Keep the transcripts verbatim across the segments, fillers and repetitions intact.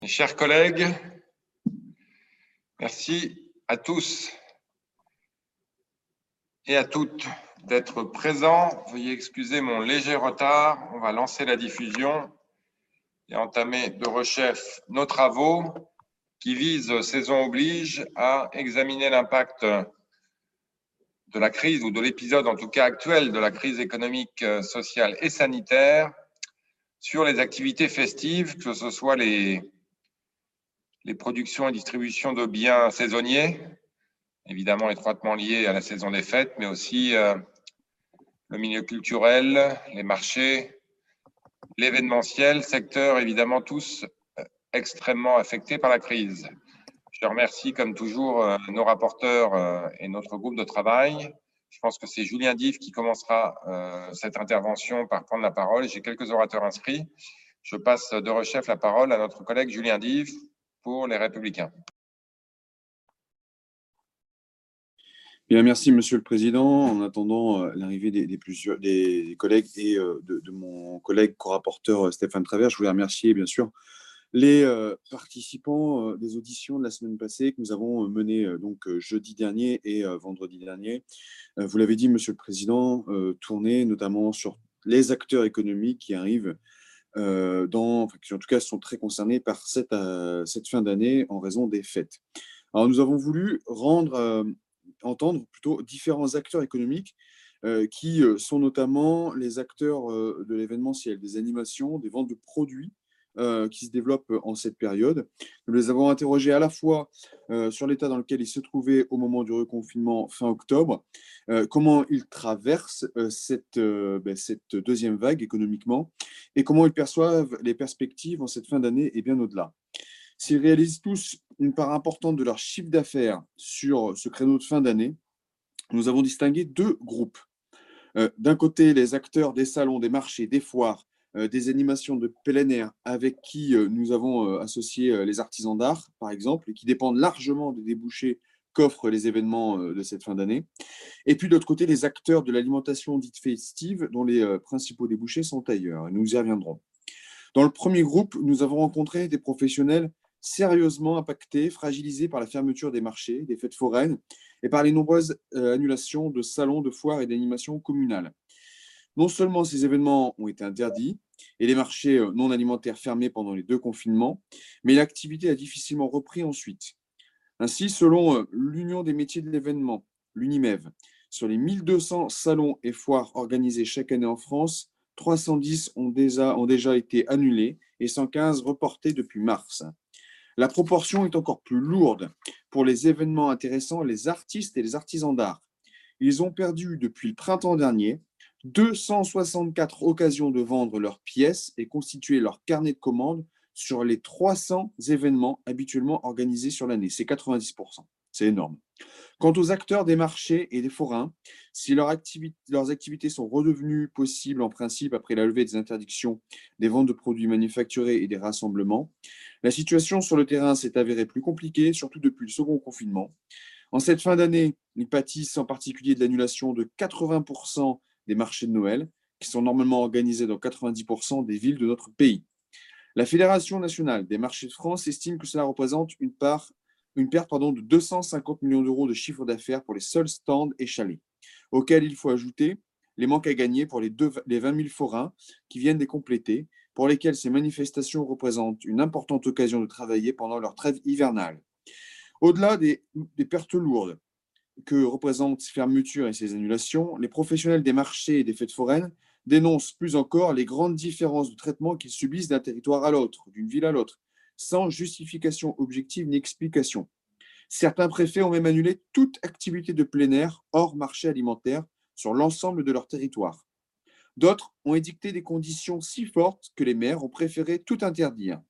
Mes chers collègues, merci à tous et à toutes d'être présents. Veuillez excuser mon léger retard. On va lancer la diffusion et entamer de rechef nos travaux qui visent, saison oblige, à examiner l'impact de la crise ou de l'épisode, en tout cas actuel, de la crise économique, sociale et sanitaire sur les activités festives, que ce soit les les productions et distributions de biens saisonniers, évidemment étroitement liés à la saison des fêtes, mais aussi euh, le milieu culturel, les marchés, l'événementiel, secteurs évidemment tous euh, extrêmement affectés par la crise. Je remercie comme toujours euh, nos rapporteurs euh, et notre groupe de travail. Je pense que c'est Julien Dive qui commencera euh, cette intervention par prendre la parole. J'ai quelques orateurs inscrits. Je passe de rechef la parole à notre collègue Julien Dive pour les Républicains. Bien, merci, Monsieur le Président. En attendant euh, l'arrivée des, des, plusieurs, des, des collègues et euh, de, de mon collègue co-rapporteur euh, Stéphane Travers, je voulais remercier bien sûr les euh, participants euh, des auditions de la semaine passée que nous avons menées euh, donc euh, jeudi dernier et euh, vendredi dernier. Euh, vous l'avez dit, Monsieur le Président, euh, tournées notamment sur les acteurs économiques qui arrivent euh, dans, enfin, qui en tout cas sont très concernés par cette, euh, cette fin d'année en raison des fêtes. Alors, nous avons voulu rendre, euh, entendre plutôt différents acteurs économiques euh, qui euh, sont notamment les acteurs euh, de l'événementiel, des animations, des ventes de produits euh, qui se développent en cette période. Nous les avons interrogés à la fois euh, sur l'état dans lequel ils se trouvaient au moment du reconfinement fin octobre, euh, comment ils traversent euh, cette, euh, ben, cette deuxième vague économiquement et comment ils perçoivent les perspectives en cette fin d'année et bien au-delà. S'ils réalisent tous une part importante de leur chiffre d'affaires sur ce créneau de fin d'année, nous avons distingué deux groupes. Euh, D'un côté, les acteurs des salons, des marchés, des foires, euh, des animations de plein air avec qui euh, nous avons euh, associé euh, les artisans d'art, par exemple, et qui dépendent largement des débouchés qu'offrent les événements euh, de cette fin d'année. Et puis de l'autre côté, les acteurs de l'alimentation dite festive, dont les euh, principaux débouchés sont ailleurs. Nous y reviendrons. Dans le premier groupe, nous avons rencontré des professionnels sérieusement impactés, fragilisés par la fermeture des marchés, des fêtes foraines et par les nombreuses euh, annulations de salons, de foires et d'animations communales. Non seulement ces événements ont été interdits et les marchés euh, non alimentaires fermés pendant les deux confinements, mais l'activité a difficilement repris ensuite. Ainsi, selon euh, l'Union des métiers de l'événement, l'UNIMEV, sur les mille deux cents salons et foires organisés chaque année en France, trois cent dix ont déjà, ont déjà été annulés et cent quinze reportés depuis mars. La proportion est encore plus lourde pour les événements intéressant les artistes et les artisans d'art. Ils ont perdu depuis le printemps dernier deux cent soixante-quatre occasions de vendre leurs pièces et constituer leur carnet de commandes sur les trois cents événements habituellement organisés sur l'année. C'est quatre-vingt-dix pour cent. C'est énorme. Quant aux acteurs des marchés et des forains, si leur activité, leurs activités sont redevenues possibles en principe après la levée des interdictions des ventes de produits manufacturés et des rassemblements, la situation sur le terrain s'est avérée plus compliquée, surtout depuis le second confinement. En cette fin d'année, ils pâtissent en particulier de l'annulation de quatre-vingts pour cent des marchés de Noël, qui sont normalement organisés dans quatre-vingt-dix pour cent des villes de notre pays. La Fédération nationale des marchés de France estime que cela représente une, part, une perte pardon, de deux cent cinquante millions d'euros de chiffre d'affaires pour les seuls stands et chalets, auxquels il faut ajouter les manques à gagner pour les, deux, les vingt mille forains qui viennent les compléter, pour lesquels ces manifestations représentent une importante occasion de travailler pendant leur trêve hivernale. Au-delà des, des pertes lourdes que représentent ces fermetures et ces annulations, les professionnels des marchés et des fêtes foraines dénoncent plus encore les grandes différences de traitement qu'ils subissent d'un territoire à l'autre, d'une ville à l'autre, sans justification objective ni explication. Certains préfets ont même annulé toute activité de plein air hors marché alimentaire sur l'ensemble de leur territoire. D'autres ont édicté des conditions si fortes que les maires ont préféré tout interdire.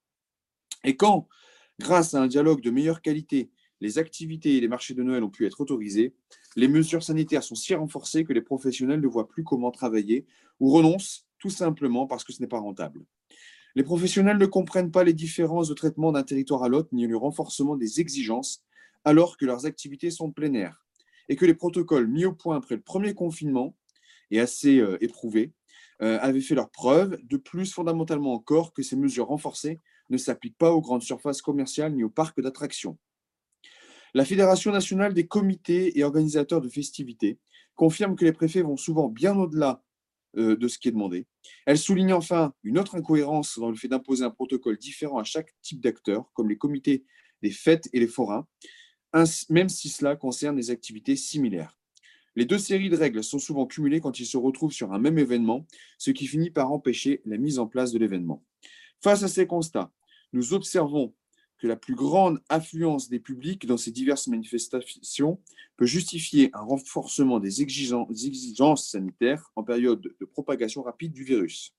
Et quand, grâce à un dialogue de meilleure qualité, les activités et les marchés de Noël ont pu être autorisés, les mesures sanitaires sont si renforcées que les professionnels ne voient plus comment travailler ou renoncent tout simplement parce que ce n'est pas rentable. Les professionnels ne comprennent pas les différences de traitement d'un territoire à l'autre ni le renforcement des exigences alors que leurs activités sont de plein air et que les protocoles mis au point après le premier confinement et assez euh, éprouvés euh, avaient fait leur preuve, de plus fondamentalement encore que ces mesures renforcées ne s'applique pas aux grandes surfaces commerciales ni aux parcs d'attractions. La Fédération nationale des comités et organisateurs de festivités confirme que les préfets vont souvent bien au-delà euh, de ce qui est demandé. Elle souligne enfin une autre incohérence dans le fait d'imposer un protocole différent à chaque type d'acteurs, comme les comités des fêtes et les forains, même si cela concerne des activités similaires. Les deux séries de règles sont souvent cumulées quand ils se retrouvent sur un même événement, ce qui finit par empêcher la mise en place de l'événement. Face à ces constats, nous observons que la plus grande affluence des publics dans ces diverses manifestations peut justifier un renforcement des exigences sanitaires en période de propagation rapide du virus.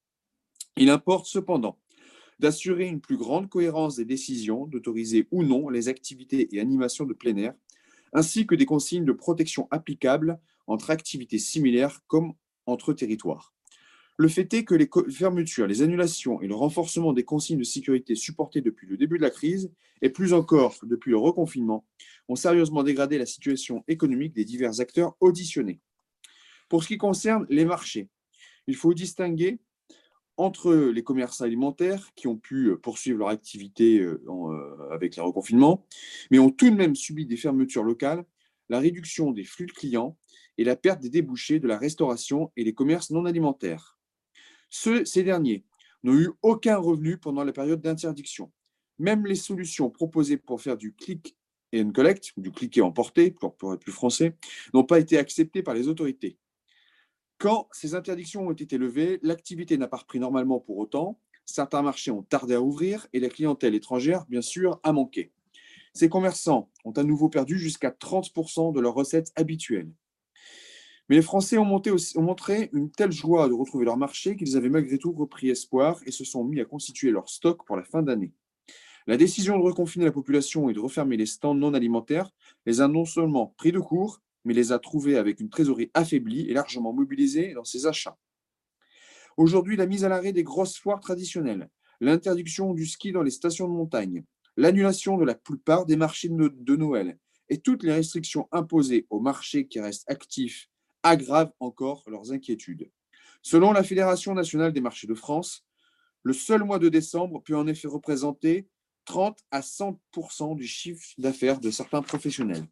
Il importe cependant d'assurer une plus grande cohérence des décisions d'autoriser ou non les activités et animations de plein air, ainsi que des consignes de protection applicables entre activités similaires comme entre territoires. Le fait est que les fermetures, les annulations et le renforcement des consignes de sécurité supportées depuis le début de la crise, et plus encore depuis le reconfinement, ont sérieusement dégradé la situation économique des divers acteurs auditionnés. Pour ce qui concerne les marchés, il faut distinguer entre les commerces alimentaires qui ont pu poursuivre leur activité avec les reconfinements, mais ont tout de même subi des fermetures locales, la réduction des flux de clients et la perte des débouchés de la restauration et les commerces non alimentaires. Ceux, ces derniers n'ont eu aucun revenu pendant la période d'interdiction. Même les solutions proposées pour faire du click and collect, du click et emporter, pour, pour être plus français, n'ont pas été acceptées par les autorités. Quand ces interdictions ont été levées, l'activité n'a pas repris normalement pour autant. Certains marchés ont tardé à ouvrir et la clientèle étrangère, bien sûr, a manqué. Ces commerçants ont à nouveau perdu jusqu'à trente pour cent de leurs recettes habituelles. Mais les Français ont, monté aussi, ont montré une telle joie de retrouver leur marché qu'ils avaient malgré tout repris espoir et se sont mis à constituer leur stock pour la fin d'année. La décision de reconfiner la population et de refermer les stands non alimentaires les a non seulement pris de court, mais les a trouvés avec une trésorerie affaiblie et largement mobilisée dans ses achats. Aujourd'hui, la mise à l'arrêt des grosses foires traditionnelles, l'interdiction du ski dans les stations de montagne, l'annulation de la plupart des marchés de Noël et toutes les restrictions imposées aux marchés qui restent actifs aggravent encore leurs inquiétudes. Selon la Fédération nationale des marchés de France, le seul mois de décembre peut en effet représenter trente à cent pour cent du chiffre d'affaires de certains professionnels.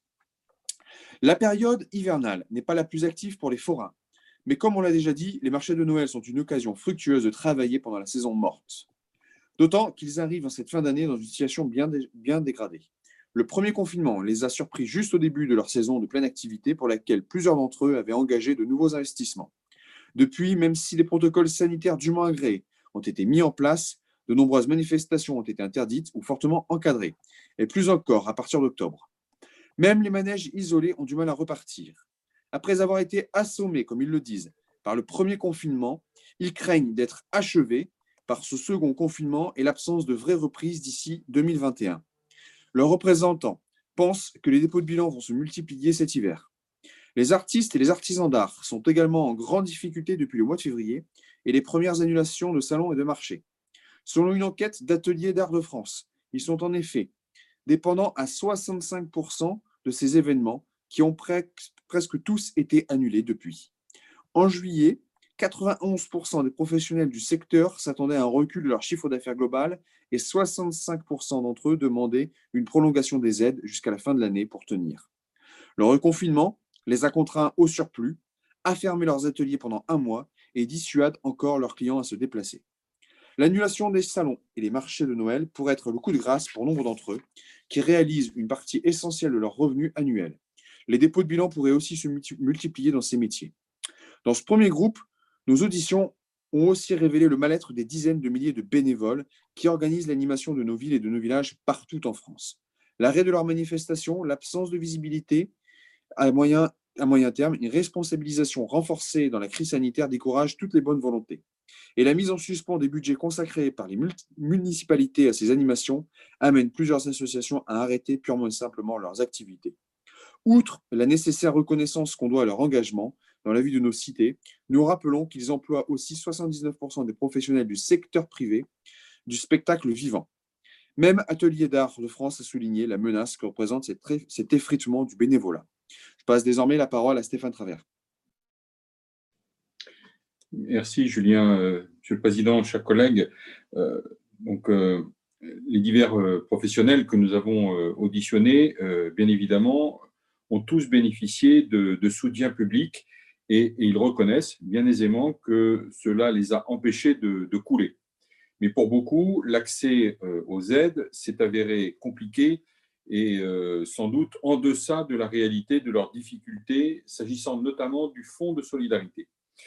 La période hivernale n'est pas la plus active pour les forains, mais comme on l'a déjà dit, les marchés de Noël sont une occasion fructueuse de travailler pendant la saison morte. D'autant qu'ils arrivent en cette fin d'année dans une situation bien, dé- bien dégradée. Le premier confinement les a surpris juste au début de leur saison de pleine activité pour laquelle plusieurs d'entre eux avaient engagé de nouveaux investissements. Depuis, même si les protocoles sanitaires dûment agréés ont été mis en place, de nombreuses manifestations ont été interdites ou fortement encadrées, et plus encore à partir d'octobre. Même les manèges isolés ont du mal à repartir. Après avoir été assommés, comme ils le disent, par le premier confinement, ils craignent d'être achevés par ce second confinement et l'absence de vraie reprise d'ici deux mille vingt et un. Leurs représentants pensent que les dépôts de bilan vont se multiplier cet hiver. Les artistes et les artisans d'art sont également en grande difficulté depuis le mois de février et les premières annulations de salons et de marchés. Selon une enquête d'Ateliers d'Art de France, ils sont en effet dépendants à soixante-cinq pour cent de ces événements qui ont pre- presque tous été annulés depuis. En juillet, quatre-vingt-onze pour cent des professionnels du secteur s'attendaient à un recul de leur chiffre d'affaires global et soixante-cinq pour cent d'entre eux demandaient une prolongation des aides jusqu'à la fin de l'année pour tenir. Le reconfinement les a contraints au surplus à fermer leurs ateliers pendant un mois et dissuade encore leurs clients à se déplacer. L'annulation des salons et les marchés de Noël pourrait être le coup de grâce pour nombre d'entre eux qui réalisent une partie essentielle de leurs revenus annuels. Les dépôts de bilan pourraient aussi se multiplier dans ces métiers. Dans ce premier groupe, nos auditions ont aussi révélé le mal-être des dizaines de milliers de bénévoles qui organisent l'animation de nos villes et de nos villages partout en France. L'arrêt de leurs manifestations, l'absence de visibilité à moyen, à moyen terme, une responsabilisation renforcée dans la crise sanitaire décourage toutes les bonnes volontés. Et la mise en suspens des budgets consacrés par les municipalités à ces animations amène plusieurs associations à arrêter purement et simplement leurs activités. Outre la nécessaire reconnaissance qu'on doit à leur engagement dans la vie de nos cités, nous rappelons qu'ils emploient aussi soixante-dix-neuf pour cent des professionnels du secteur privé du spectacle vivant. Même Ateliers d'Art de France a souligné la menace que représente cet effritement du bénévolat. Je passe désormais la parole à Stéphane Travers. Merci Julien. Euh, Monsieur le Président, chers collègues, euh, donc, euh, les divers euh, professionnels que nous avons euh, auditionnés, euh, bien évidemment, ont tous bénéficié de, de soutien public et, et ils reconnaissent bien aisément que cela les a empêchés de, de couler. Mais pour beaucoup, l'accès euh, aux aides s'est avéré compliqué et euh, sans doute en deçà de la réalité de leurs difficultés, s'agissant notamment du Fonds de solidarité.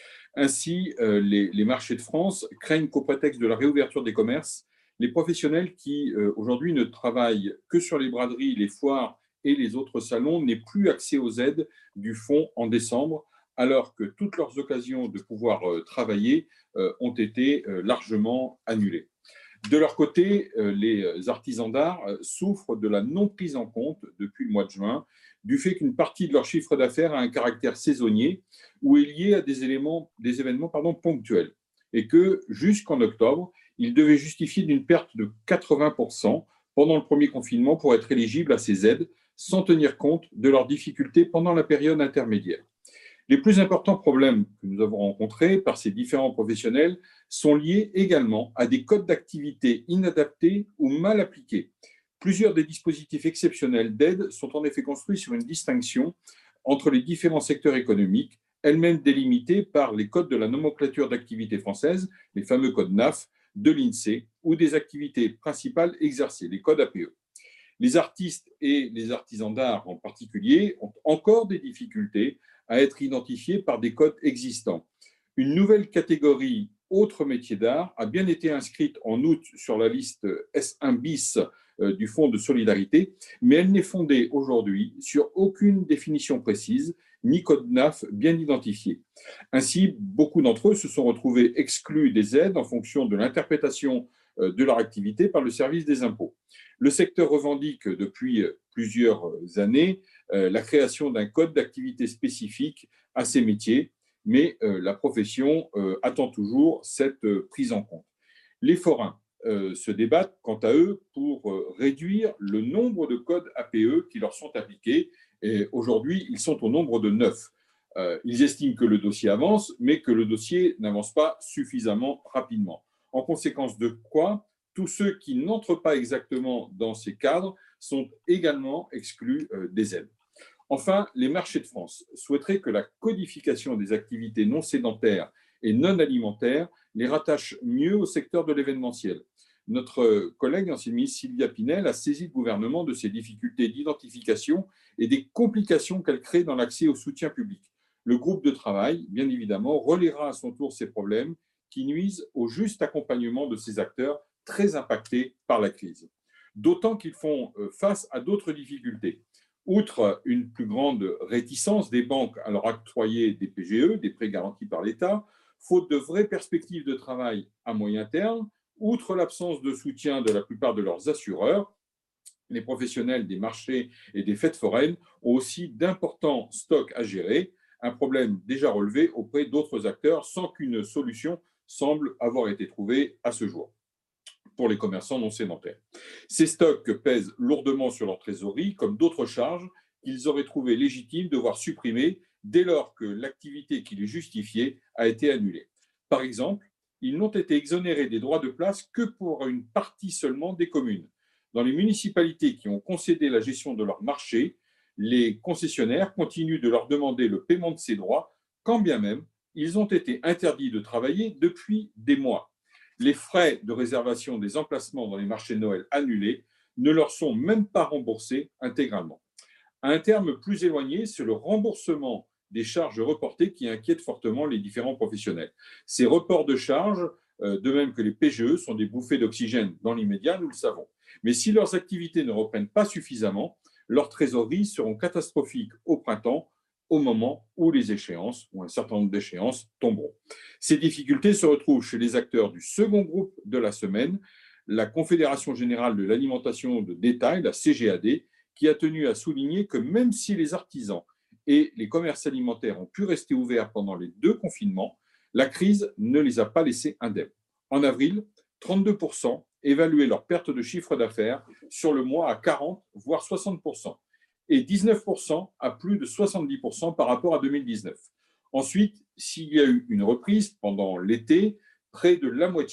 Ainsi, euh, les, les marchés de France craignent qu'au prétexte de la réouverture des commerces, les professionnels qui euh, aujourd'hui ne travaillent que sur les braderies, les foires et les autres salons n'aient plus accès aux aides du fonds en décembre, alors que toutes leurs occasions de pouvoir euh, travailler euh, ont été euh, largement annulées. De leur côté, euh, les artisans d'art euh, souffrent de la non prise en compte depuis le mois de juin, du fait qu'une partie de leur chiffre d'affaires a un caractère saisonnier ou est liée à des, éléments, des événements pardon, ponctuels, et que jusqu'en octobre, ils devaient justifier d'une perte de quatre-vingts pour cent pendant le premier confinement pour être éligibles à ces aides, sans tenir compte de leurs difficultés pendant la période intermédiaire. Les plus importants problèmes que nous avons rencontrés par ces différents professionnels sont liés également à des codes d'activité inadaptés ou mal appliqués. Plusieurs des dispositifs exceptionnels d'aide sont en effet construits sur une distinction entre les différents secteurs économiques, elles-mêmes délimitées par les codes de la nomenclature d'activité française, les fameux codes N A F, de l'INSEE, ou des activités principales exercées, les codes A P E. Les artistes et les artisans d'art en particulier ont encore des difficultés à être identifiés par des codes existants. Une nouvelle catégorie autres métiers d'art a bien été inscrite en août sur la liste S un bis du Fonds de solidarité, mais elle n'est fondée aujourd'hui sur aucune définition précise, ni code N A F bien identifié. Ainsi, beaucoup d'entre eux se sont retrouvés exclus des aides en fonction de l'interprétation de leur activité par le service des impôts. Le secteur revendique depuis plusieurs années la création d'un code d'activité spécifique à ces métiers, mais la profession attend toujours cette prise en compte. Les forains se débattent, quant à eux, pour réduire le nombre de codes A P E qui leur sont appliqués. Et aujourd'hui, ils sont au nombre de neuf. Ils estiment que le dossier avance, mais que le dossier n'avance pas suffisamment rapidement. En conséquence de quoi, tous ceux qui n'entrent pas exactement dans ces cadres sont également exclus des aides. Enfin, les marchés de France souhaiteraient que la codification des activités non sédentaires et non alimentaires les rattache mieux au secteur de l'événementiel. Notre collègue, ancienne ministre Sylvia Pinel, a saisi le gouvernement de ces difficultés d'identification et des complications qu'elles créent dans l'accès au soutien public. Le groupe de travail, bien évidemment, relaiera à son tour ces problèmes qui nuisent au juste accompagnement de ces acteurs très impactés par la crise. D'autant qu'ils font face à d'autres difficultés. Outre une plus grande réticence des banques à leur octroyer des P G E, des prêts garantis par l'État, faute de vraies perspectives de travail à moyen terme, outre l'absence de soutien de la plupart de leurs assureurs, les professionnels des marchés et des fêtes foraines ont aussi d'importants stocks à gérer, un problème déjà relevé auprès d'autres acteurs sans qu'une solution semble avoir été trouvée à ce jour pour les commerçants non sédentaires. Ces stocks pèsent lourdement sur leur trésorerie, comme d'autres charges qu'ils auraient trouvé légitime de voir supprimées dès lors que l'activité qui les justifiait a été annulée. Par exemple, ils n'ont été exonérés des droits de place que pour une partie seulement des communes. Dans les municipalités qui ont concédé la gestion de leur marché, les concessionnaires continuent de leur demander le paiement de ces droits, quand bien même ils ont été interdits de travailler depuis des mois. Les frais de réservation des emplacements dans les marchés de Noël annulés ne leur sont même pas remboursés intégralement. À un terme plus éloigné, c'est le remboursement des charges reportées qui inquiète fortement les différents professionnels. Ces reports de charges, de même que les P G E, sont des bouffées d'oxygène dans l'immédiat, nous le savons. Mais si leurs activités ne reprennent pas suffisamment, leurs trésoreries seront catastrophiques au printemps, au moment où les échéances, ou un certain nombre d'échéances, tomberont. Ces difficultés se retrouvent chez les acteurs du second groupe de la semaine, la Confédération générale de l'alimentation de détail, la C G A D, qui a tenu à souligner que même si les artisans et les commerces alimentaires ont pu rester ouverts pendant les deux confinements, la crise ne les a pas laissés indemnes. En avril, trente-deux pour cent évaluaient leur perte de chiffre d'affaires sur le mois à quarante, voire soixante pour cent. Et dix-neuf pour cent à plus de soixante-dix pour cent par rapport à deux mille dix-neuf. Ensuite, s'il y a eu une reprise pendant l'été, près de la moitié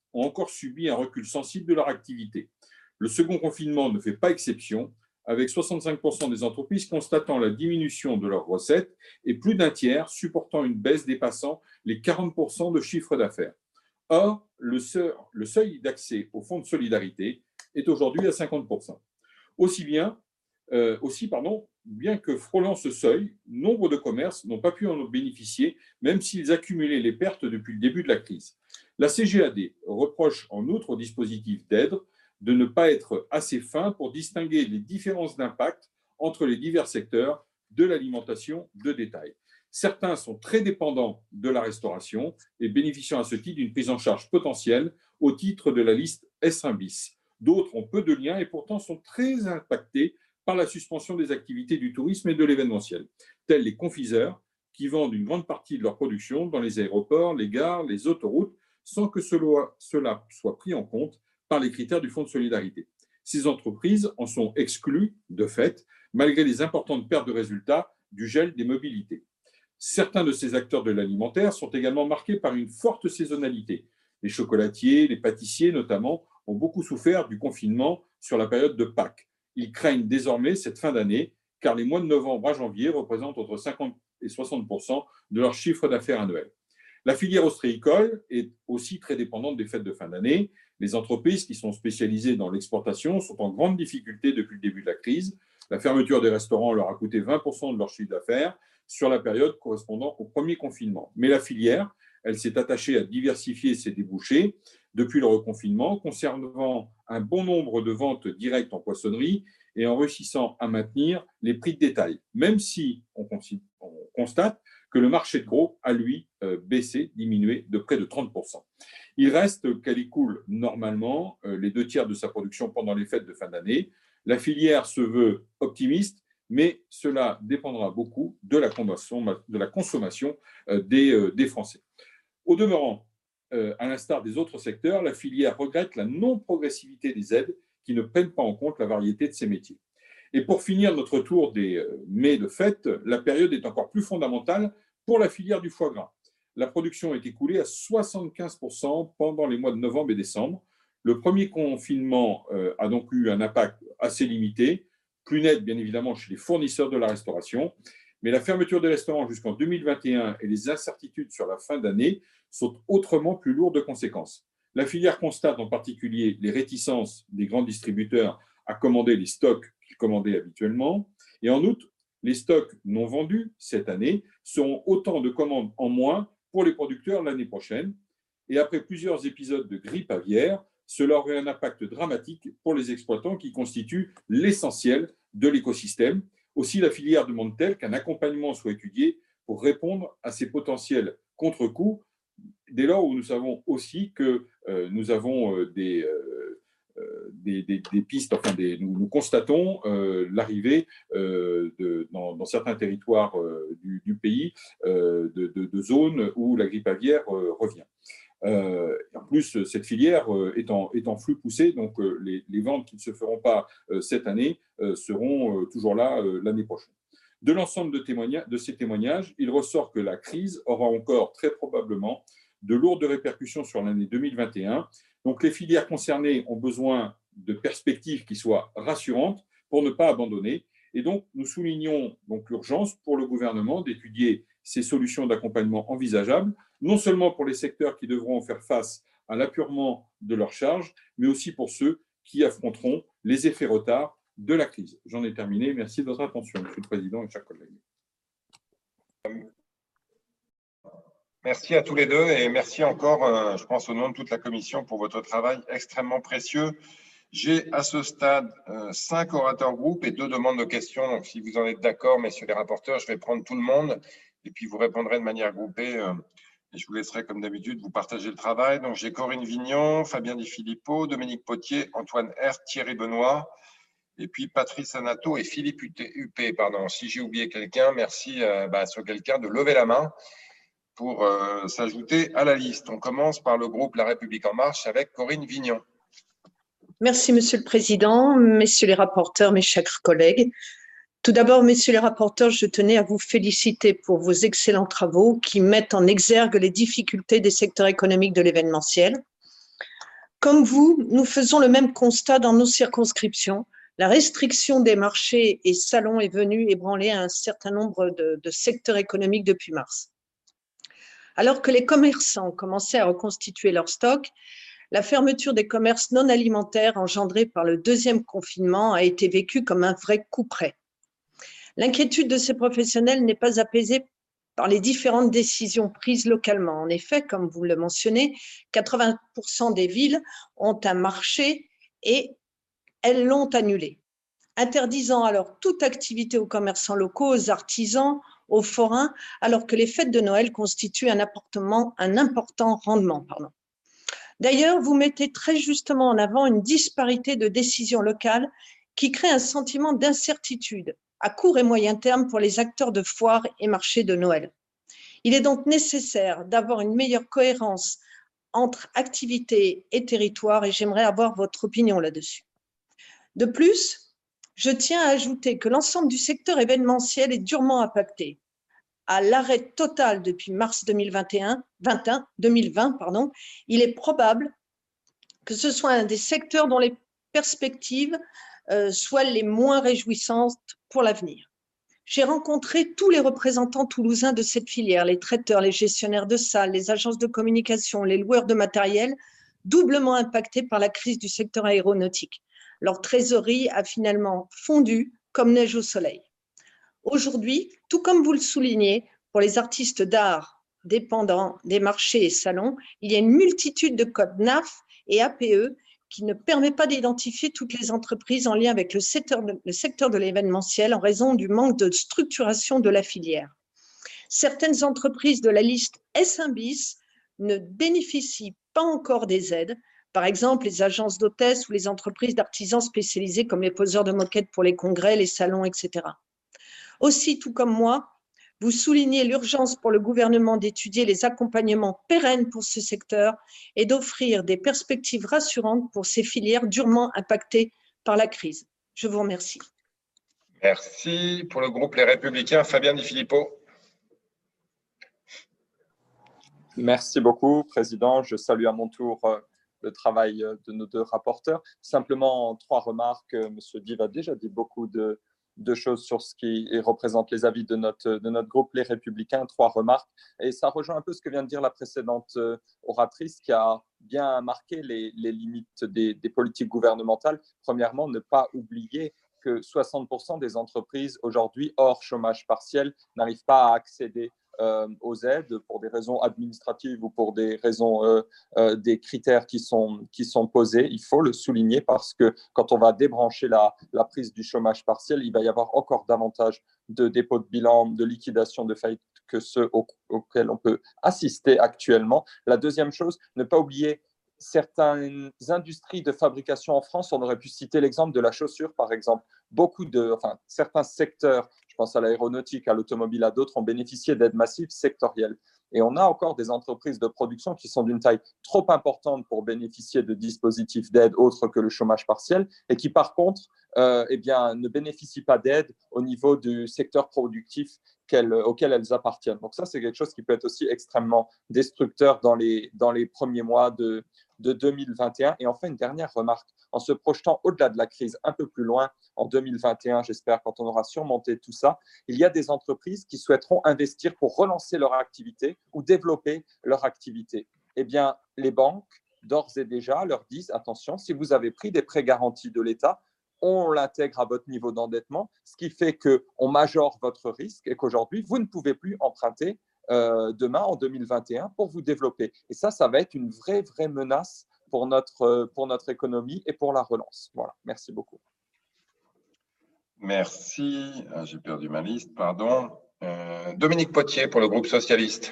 ont encore subi un recul sensible de leur activité. Le second confinement ne fait pas exception, avec soixante-cinq pour cent des entreprises constatant la diminution de leurs recettes et plus d'un tiers supportant une baisse dépassant les quarante pour cent de chiffre d'affaires. Or, le seuil, le seuil d'accès au fonds de solidarité est aujourd'hui à cinquante pour cent. Aussi bien, euh, aussi, pardon, bien que frôlant ce seuil, nombre de commerces n'ont pas pu en bénéficier, même s'ils accumulaient les pertes depuis le début de la crise. La C G A D reproche en outre au dispositif d'aide de ne pas être assez fin pour distinguer les différences d'impact entre les divers secteurs de l'alimentation de détail. Certains sont très dépendants de la restauration et bénéficiant à ce titre d'une prise en charge potentielle au titre de la liste S un bis. D'autres ont peu de liens et pourtant sont très impactés par la suspension des activités du tourisme et de l'événementiel, tels les confiseurs qui vendent une grande partie de leur production dans les aéroports, les gares, les autoroutes, sans que cela soit pris en compte par les critères du Fonds de solidarité. Ces entreprises en sont exclues de fait, malgré les importantes pertes de résultats du gel des mobilités. Certains de ces acteurs de l'alimentaire sont également marqués par une forte saisonnalité. Les chocolatiers, les pâtissiers notamment, ont beaucoup souffert du confinement sur la période de Pâques. Ils craignent désormais cette fin d'année, car les mois de novembre à janvier représentent entre cinquante et soixante pour cent de leur chiffre d'affaires annuel. La filière ostréicole est aussi très dépendante des fêtes de fin d'année. Les entreprises qui sont spécialisées dans l'exportation sont en grande difficulté depuis le début de la crise. La fermeture des restaurants leur a coûté vingt pour cent de leur chiffre d'affaires sur la période correspondant au premier confinement. Mais la filière, elle s'est attachée à diversifier ses débouchés depuis le reconfinement, conservant un bon nombre de ventes directes en poissonnerie et en réussissant à maintenir les prix de détail, même si on constate que le marché de gros a, lui, baissé, diminué de près de trente pour cent. Il reste qu'elle écoule normalement les deux tiers de sa production pendant les fêtes de fin d'année. La filière se veut optimiste, mais cela dépendra beaucoup de la consommation, de la consommation des, des Français. Au demeurant, à l'instar des autres secteurs, la filière regrette la non-progressivité des aides qui ne prennent pas en compte la variété de ces métiers. Et pour finir notre tour des mets de fête, la période est encore plus fondamentale pour la filière du foie gras. La production est écoulée à soixante-quinze pour cent pendant les mois de novembre et décembre. Le premier confinement a donc eu un impact assez limité, plus net bien évidemment chez les fournisseurs de la restauration, mais la fermeture des restaurants jusqu'en deux mille vingt et un et les incertitudes sur la fin d'année sont autrement plus lourdes de conséquences. La filière constate en particulier les réticences des grands distributeurs à commander les stocks qu'ils commandaient habituellement. Et en outre, les stocks non vendus cette année seront autant de commandes en moins pour les producteurs l'année prochaine. Et après plusieurs épisodes de grippe aviaire, cela aurait un impact dramatique pour les exploitants qui constituent l'essentiel de l'écosystème. Aussi, la filière demande-t-elle qu'un accompagnement soit étudié pour répondre à ces potentiels contre-coups, dès lors où nous savons aussi que euh, nous avons euh, des, euh, des, des, des pistes, enfin des, nous, nous constatons euh, l'arrivée euh, de, dans, dans certains territoires euh, du, du pays euh, de, de, de zones où la grippe aviaire euh, revient. Euh, en plus, cette filière euh, est, en, est en flux poussé, donc euh, les, les ventes qui ne se feront pas euh, cette année euh, seront euh, toujours là euh, l'année prochaine. De l'ensemble de, témoigna- de ces témoignages, il ressort que la crise aura encore très probablement de lourdes répercussions sur l'année deux mille vingt et un. Donc les filières concernées ont besoin de perspectives qui soient rassurantes pour ne pas abandonner. Et donc nous soulignons donc l'urgence pour le gouvernement d'étudier ces solutions d'accompagnement envisageables, non seulement pour les secteurs qui devront faire face à l'apurement de leurs charges, mais aussi pour ceux qui affronteront les effets retards de la crise. J'en ai terminé. Merci de votre attention, Monsieur le Président et chers collègues. Merci à tous les deux et merci encore, euh, je pense, au nom de toute la commission pour votre travail extrêmement précieux. J'ai à ce stade euh, cinq orateurs groupes et deux demandes de questions. Donc, si vous en êtes d'accord, messieurs les rapporteurs, je vais prendre tout le monde et puis vous répondrez de manière groupée. Euh, et je vous laisserai, comme d'habitude, vous partager le travail. Donc, j'ai Corinne Vignon, Fabien Di Filippo, Dominique Potier, Antoine Herth, Thierry Benoît, et puis Patrice Anato et Philippe Huppé. Pardon. Si j'ai oublié quelqu'un, merci euh, bah, à ce quelqu'un de lever la main pour euh, s'ajouter à la liste. On commence par le groupe La République En Marche avec Corinne Vignon. Merci, Monsieur le Président, messieurs les rapporteurs, mes chers collègues. Tout d'abord, messieurs les rapporteurs, je tenais à vous féliciter pour vos excellents travaux qui mettent en exergue les difficultés des secteurs économiques de l'événementiel. Comme vous, nous faisons le même constat dans nos circonscriptions. La restriction des marchés et salons est venue ébranler un certain nombre de, de secteurs économiques depuis mars. Alors que les commerçants commençaient à reconstituer leur stock, la fermeture des commerces non alimentaires engendrée par le deuxième confinement a été vécue comme un vrai coup près. L'inquiétude de ces professionnels n'est pas apaisée par les différentes décisions prises localement. En effet, comme vous le mentionnez, quatre-vingts pour cent des villes ont un marché et elles l'ont annulé, interdisant alors toute activité aux commerçants locaux, aux artisans, aux forains, alors que les fêtes de Noël constituent un, un important rendement. Pardon. D'ailleurs, vous mettez très justement en avant une disparité de décisions locales qui crée un sentiment d'incertitude à court et moyen terme pour les acteurs de foires et marchés de Noël. Il est donc nécessaire d'avoir une meilleure cohérence entre activités et territoire et j'aimerais avoir votre opinion là-dessus. De plus, je tiens à ajouter que l'ensemble du secteur événementiel est durement impacté. À l'arrêt total depuis mars deux mille vingt et un, deux mille vingt, pardon, il est probable que ce soit un des secteurs dont les perspectives euh, soient les moins réjouissantes pour l'avenir. J'ai rencontré tous les représentants toulousains de cette filière, les traiteurs, les gestionnaires de salles, les agences de communication, les loueurs de matériel, doublement impactés par la crise du secteur aéronautique. Leur trésorerie a finalement fondu comme neige au soleil. Aujourd'hui, tout comme vous le soulignez, pour les artistes d'art dépendants des marchés et salons, il y a une multitude de codes N A F et A P E qui ne permet pas d'identifier toutes les entreprises en lien avec le secteur de, le secteur de l'événementiel en raison du manque de structuration de la filière. Certaines entreprises de la liste S un bis ne bénéficient pas encore des aides, par exemple les agences d'hôtesses ou les entreprises d'artisans spécialisés comme les poseurs de moquettes pour les congrès, les salons, et cetera. Aussi, tout comme moi, vous soulignez l'urgence pour le gouvernement d'étudier les accompagnements pérennes pour ce secteur et d'offrir des perspectives rassurantes pour ces filières durement impactées par la crise. Je vous remercie. Merci. Pour le groupe Les Républicains, Fabien Di Filippo. Merci beaucoup, Président. Je salue à mon tour le travail de nos deux rapporteurs. Simplement, trois remarques. Monsieur Dive a déjà dit beaucoup de deux choses sur ce qui représente les avis de notre, de notre groupe, les Républicains, trois remarques. Et ça rejoint un peu ce que vient de dire la précédente oratrice qui a bien marqué les, les limites des, des politiques gouvernementales. Premièrement, ne pas oublier que soixante pour cent des entreprises aujourd'hui, hors chômage partiel, n'arrivent pas à accéder Euh, aux aides pour des raisons administratives ou pour des raisons, euh, euh, des critères qui sont, qui sont posés. Il faut le souligner parce que quand on va débrancher la, la prise du chômage partiel, il va y avoir encore davantage de dépôts de bilan, de liquidation de faillite que ceux au, auxquels on peut assister actuellement. La deuxième chose, ne pas oublier certaines industries de fabrication en France. On aurait pu citer l'exemple de la chaussure, par exemple. Beaucoup de, enfin, certains secteurs, je pense à l'aéronautique, à l'automobile, à d'autres, ont bénéficié d'aides massives sectorielles. Et on a encore des entreprises de production qui sont d'une taille trop importante pour bénéficier de dispositifs d'aide autres que le chômage partiel et qui, par contre, euh, eh bien, ne bénéficient pas d'aide au niveau du secteur productif auquel elles appartiennent. Donc ça, c'est quelque chose qui peut être aussi extrêmement destructeur dans les, dans les premiers mois de, de deux mille vingt et un. Et enfin, une dernière remarque, en se projetant au-delà de la crise, un peu plus loin, en deux mille vingt et un, j'espère, quand on aura surmonté tout ça, il y a des entreprises qui souhaiteront investir pour relancer leur activité ou développer leur activité. Eh bien, les banques, d'ores et déjà, leur disent, attention, si vous avez pris des prêts garantis de l'État, on l'intègre à votre niveau d'endettement, ce qui fait qu'on majore votre risque et qu'aujourd'hui, vous ne pouvez plus emprunter euh, demain, en deux mille vingt et un, pour vous développer. Et ça, ça va être une vraie, vraie menace pour notre, pour notre économie et pour la relance. Voilà, merci beaucoup. Merci. Ah, j'ai perdu ma liste, pardon. Euh, Dominique Potier pour le groupe socialiste.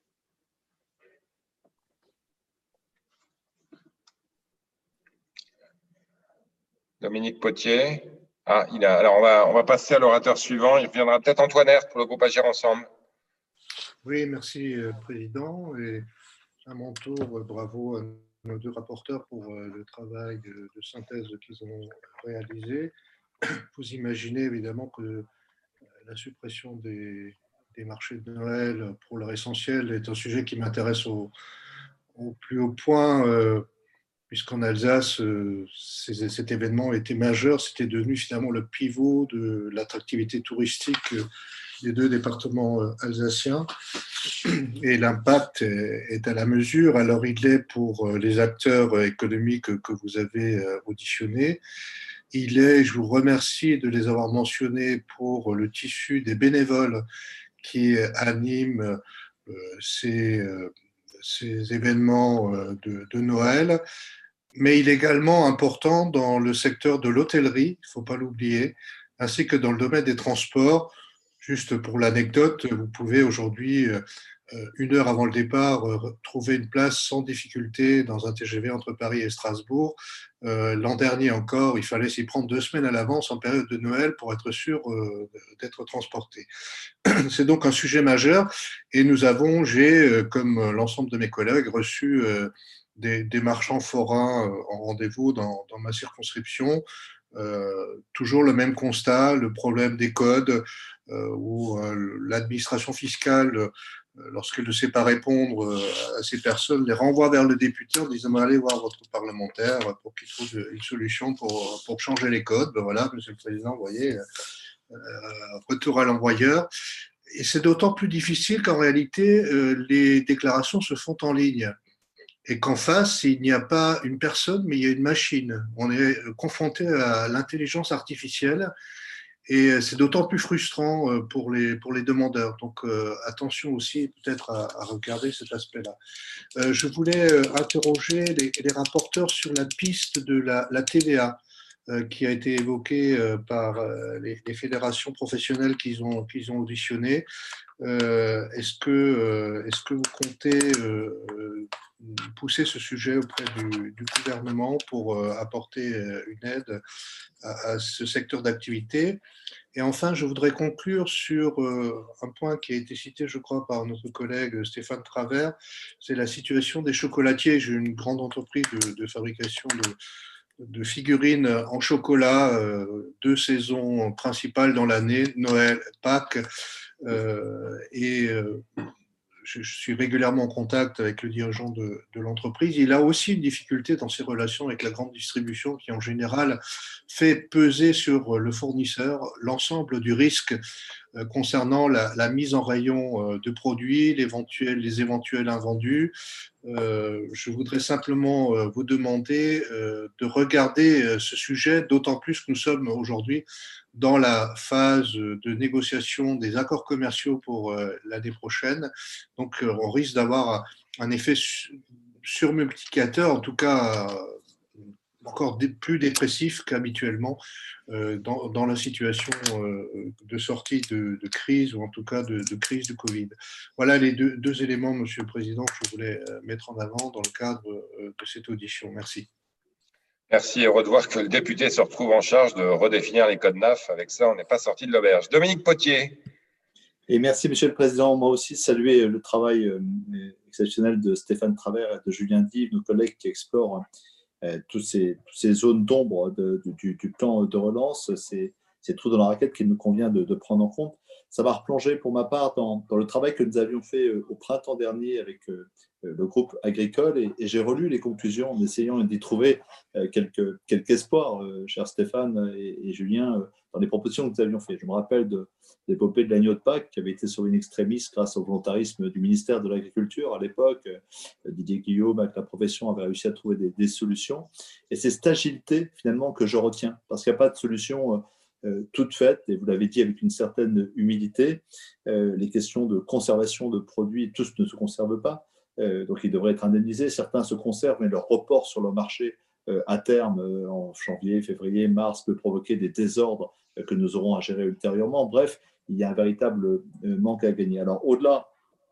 Dominique Potier. Ah, il a. Alors, on va, on va passer à l'orateur suivant. Il reviendra peut-être Antoine Herth pour le groupe Agir Ensemble. Oui, merci, Président. Et à mon tour, bravo à nos deux rapporteurs pour le travail de, de synthèse qu'ils ont réalisé. Vous imaginez évidemment que la suppression des, des marchés de Noël, pour leur essentiel, est un sujet qui m'intéresse au, au plus haut point. Euh, puisqu'en Alsace, euh, ces, cet événement était majeur, c'était devenu finalement le pivot de l'attractivité touristique des deux départements alsaciens. Et l'impact est à la mesure. Alors, il est pour les acteurs économiques que vous avez auditionnés. Il est, je vous remercie de les avoir mentionnés, pour le tissu des bénévoles qui animent ces, ces événements de, de Noël. Mais il est également important dans le secteur de l'hôtellerie, il ne faut pas l'oublier, ainsi que dans le domaine des transports. Juste pour l'anecdote, vous pouvez aujourd'hui, une heure avant le départ, trouver une place sans difficulté dans un T G V entre Paris et Strasbourg. Euh, l'an dernier encore, il fallait s'y prendre deux semaines à l'avance en période de Noël pour être sûr euh, d'être transporté. C'est donc un sujet majeur et nous avons, j'ai, comme l'ensemble de mes collègues, reçu euh, des, des marchands forains euh, en rendez-vous dans, dans ma circonscription. Euh, toujours le même constat, le problème des codes, euh, où euh, l'administration fiscale, euh, lorsqu'elle ne sait pas répondre euh, à ces personnes, les renvoie vers le député en disant « allez voir votre parlementaire pour qu'il trouve une solution pour, pour changer les codes ». Ben voilà, Monsieur le Président, vous voyez, euh, retour à l'envoyeur. Et c'est d'autant plus difficile qu'en réalité, euh, les déclarations se font en ligne. Et qu'en face, il n'y a pas une personne, mais il y a une machine. On est confronté à l'intelligence artificielle et c'est d'autant plus frustrant pour les, pour les demandeurs. Donc, euh, attention aussi peut-être à, à regarder cet aspect-là. Euh, je voulais interroger les, les rapporteurs sur la piste de la, la T V A euh, qui a été évoquée euh, par euh, les, les fédérations professionnelles qu'ils ont, qu'ils ont auditionnées. Euh, est-ce que, euh, est-ce que vous comptez euh, pousser ce sujet auprès du, du gouvernement pour euh, apporter une aide à, à ce secteur d'activité? Et enfin, je voudrais conclure sur euh, un point qui a été cité, je crois, par notre collègue Stéphane Travers, c'est la situation des chocolatiers. J'ai une grande entreprise de, de fabrication de, de figurines en chocolat, euh, deux saisons principales dans l'année, Noël, Pâques, euh, et euh, je, je suis régulièrement en contact avec le dirigeant de, de l'entreprise. Il a aussi une difficulté dans ses relations avec la grande distribution qui, en général, fait peser sur le fournisseur l'ensemble du risque euh, concernant la, la mise en rayon euh, de produits, l'éventuel, les éventuels invendus. Euh, je voudrais simplement euh, vous demander euh, de regarder euh, ce sujet, d'autant plus que nous sommes aujourd'hui dans la phase de négociation des accords commerciaux pour euh, l'année prochaine. Donc, euh, on risque d'avoir un effet surmultiplicateur, en tout cas euh, encore plus dépressif qu'habituellement euh, dans, dans la situation euh, de sortie de, de crise, ou en tout cas de, de crise du Covid. Voilà les deux, deux éléments, Monsieur le Président, que je voulais mettre en avant dans le cadre de cette audition. Merci. Merci, heureux de voir que le député se retrouve en charge de redéfinir les codes N A F. Avec ça, on n'est pas sorti de l'auberge. Dominique Potier. Et merci, Monsieur le Président. Moi aussi, saluer le travail exceptionnel de Stéphane Travers et de Julien Dive, nos collègues qui explorent euh, toutes ces, toutes ces zones d'ombre de, de, du, du plan de relance. C'est ces trous dans la raquette qu'il nous convient de, de prendre en compte. Ça va replonger pour ma part dans, dans le travail que nous avions fait au printemps dernier avec euh, le groupe agricole et, et j'ai relu les conclusions en essayant d'y trouver euh, quelques, quelques espoirs, euh, cher Stéphane et, et Julien, euh, dans les propositions que nous avions faites. Je me rappelle de l'épopée de l'agneau de Pâques qui avait été sauvé in extremis grâce au volontarisme du ministère de l'Agriculture à l'époque. Euh, Didier Guillaume, avec la profession, avait réussi à trouver des, des solutions. Et c'est cette agilité, finalement, que je retiens, parce qu'il n'y a pas de solution euh, Euh, toutes faites, et vous l'avez dit avec une certaine humilité, euh, les questions de conservation de produits, tous ne se conservent pas, euh, donc ils devraient être indemnisés. Certains se conservent, mais leur report sur le marché euh, à terme, euh, en janvier, février, mars, peut provoquer des désordres euh, que nous aurons à gérer ultérieurement. Bref, il y a un véritable euh, manque à gagner. Alors, au-delà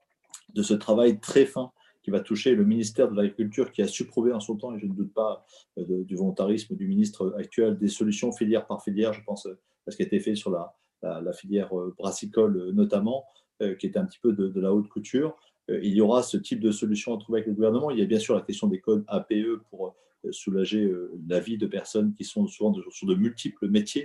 de ce travail très fin qui va toucher le ministère de l'Agriculture, qui a su prouver en son temps, et je ne doute pas de, du volontarisme du ministre actuel, des solutions filière par filière. Je pense à ce qui a été fait sur la, la, la filière brassicole notamment, euh, qui est un petit peu de, de la haute couture. Euh, il y aura ce type de solution à trouver avec le gouvernement. Il y a bien sûr la question des codes A P E pour euh, soulager euh, la vie de personnes qui sont souvent de, sur de multiples métiers